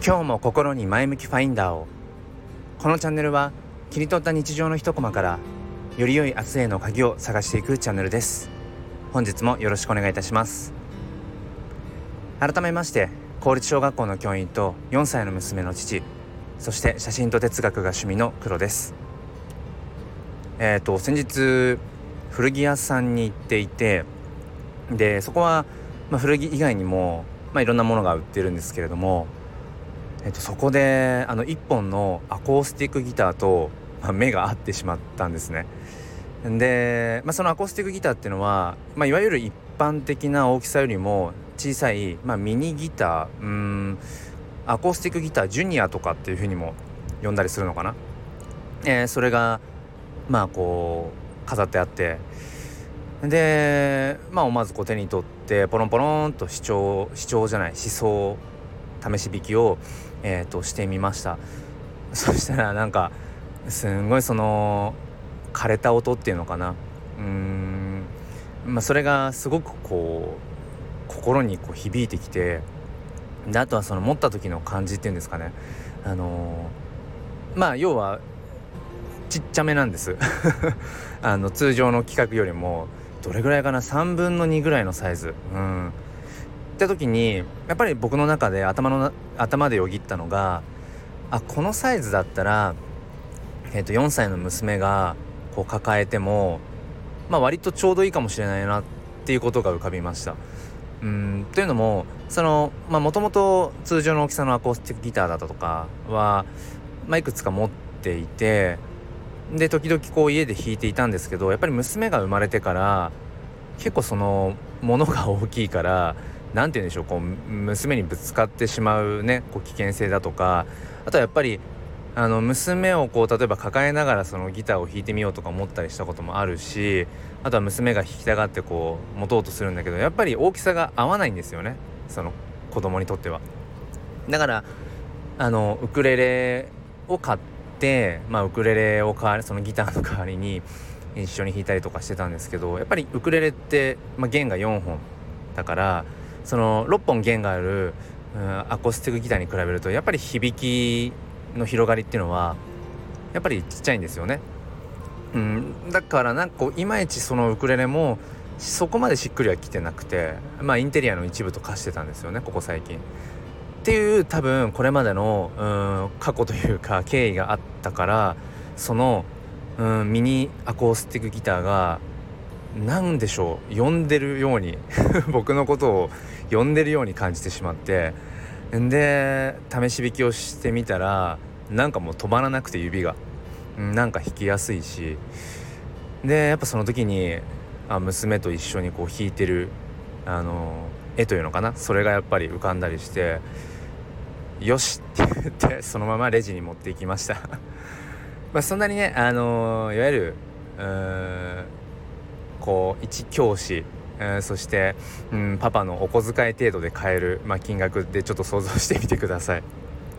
今日も心に前向きファインダーを。このチャンネルは切り取った日常の一コマからより良い明日への鍵を探していくチャンネルです。本日もよろしくお願いいたします。改めまして、公立小学校の教員と4歳の娘の父、そして写真と哲学が趣味の黒です。先日古着屋さんに行っていて、でそこは、古着以外にも、いろんなものが売ってるんですけれども、そこで1本のアコースティックギターと、目が合ってしまったんですね。で、そのアコースティックギターっていうのは、いわゆる一般的な大きさよりも小さい、ミニギター、アコースティックギタージュニアとかっていう風にも呼んだりするのかな。それがこう飾ってあって、で思わず手に取ってポロンポロンと試奏試し弾きを、してみました。そしたらすんごいその枯れた音っていうのかな、それがすごく心に響いてきて、であとはその持った時の感じっていうんですかね。要はちっちゃめなんです通常の規格よりもどれぐらいかな、3分の2ぐらいのサイズ、って時にやっぱり僕の中で頭でよぎったのが、このサイズだったら、4歳の娘が抱えても、割とちょうどいいかもしれないなっていうことが浮かびました。というのももともと通常の大きさのアコースティックギターだったとかは、いくつか持っていて、で時々家で弾いていたんですけど、やっぱり娘が生まれてから結構そのものが大きいから、なんて言うんでしょう、娘にぶつかってしまうね、危険性だとか、あとはやっぱり娘を例えば抱えながらそのギターを弾いてみようとか思ったりしたこともあるし、あとは娘が弾きたがって持とうとするんだけど、やっぱり大きさが合わないんですよね、その子供にとっては。だからウクレレを買って、ウクレレをそのギターの代わりに一緒に弾いたりとかしてたんですけど、やっぱりウクレレって、弦が4本だから、その6本弦がある、アコースティックギターに比べるとやっぱり響きの広がりっていうのはやっぱりちっちゃいんですよね。だからいまいちそのウクレレもそこまでしっくりはきてなくて、インテリアの一部と化してたんですよね、ここ最近っていう、多分これまでの過去というか経緯があったから、そのミニアコースティックギターがなんでしょう、呼んでるように僕のことを呼んでるように感じてしまって、で試し弾きをしてみたらもう止まらなくて、指が弾きやすいし、でやっぱその時に娘と一緒に弾いてる絵というのかな、それがやっぱり浮かんだりして、よしって言ってそのままレジに持っていきましたそんなにね、いわゆる一教師、そして、パパのお小遣い程度で買える、金額でちょっと想像してみてください。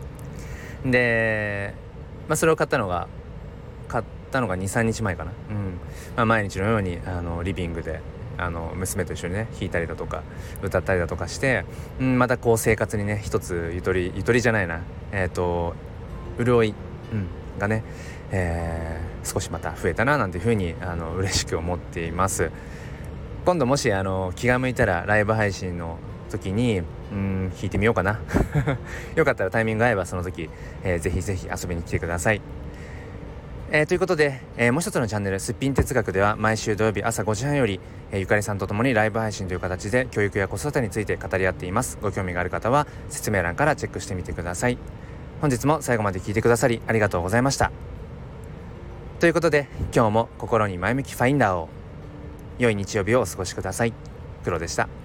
で、それを買ったのが 2,3 日前かな。毎日のようにリビングで娘と一緒にね弾いたりだとか歌ったりだとかして、また生活にね一つゆとりじゃないな、潤い、がね、少しまた増えたななんていうふうに嬉しく思っています。今度もし気が向いたらライブ配信の時に弾いてみようかなよかったらタイミング合えばその時、ぜひぜひ遊びに来てください。ということで、もう一つのチャンネルすっぴん哲学では毎週土曜日朝5時半より、ゆかりさんと共にライブ配信という形で教育や子育てについて語り合っています。ご興味がある方は説明欄からチェックしてみてください。本日も最後まで聞いてくださりありがとうございました。ということで今日も心に前向きファインダーを。良い日曜日をお過ごしください。黒でした。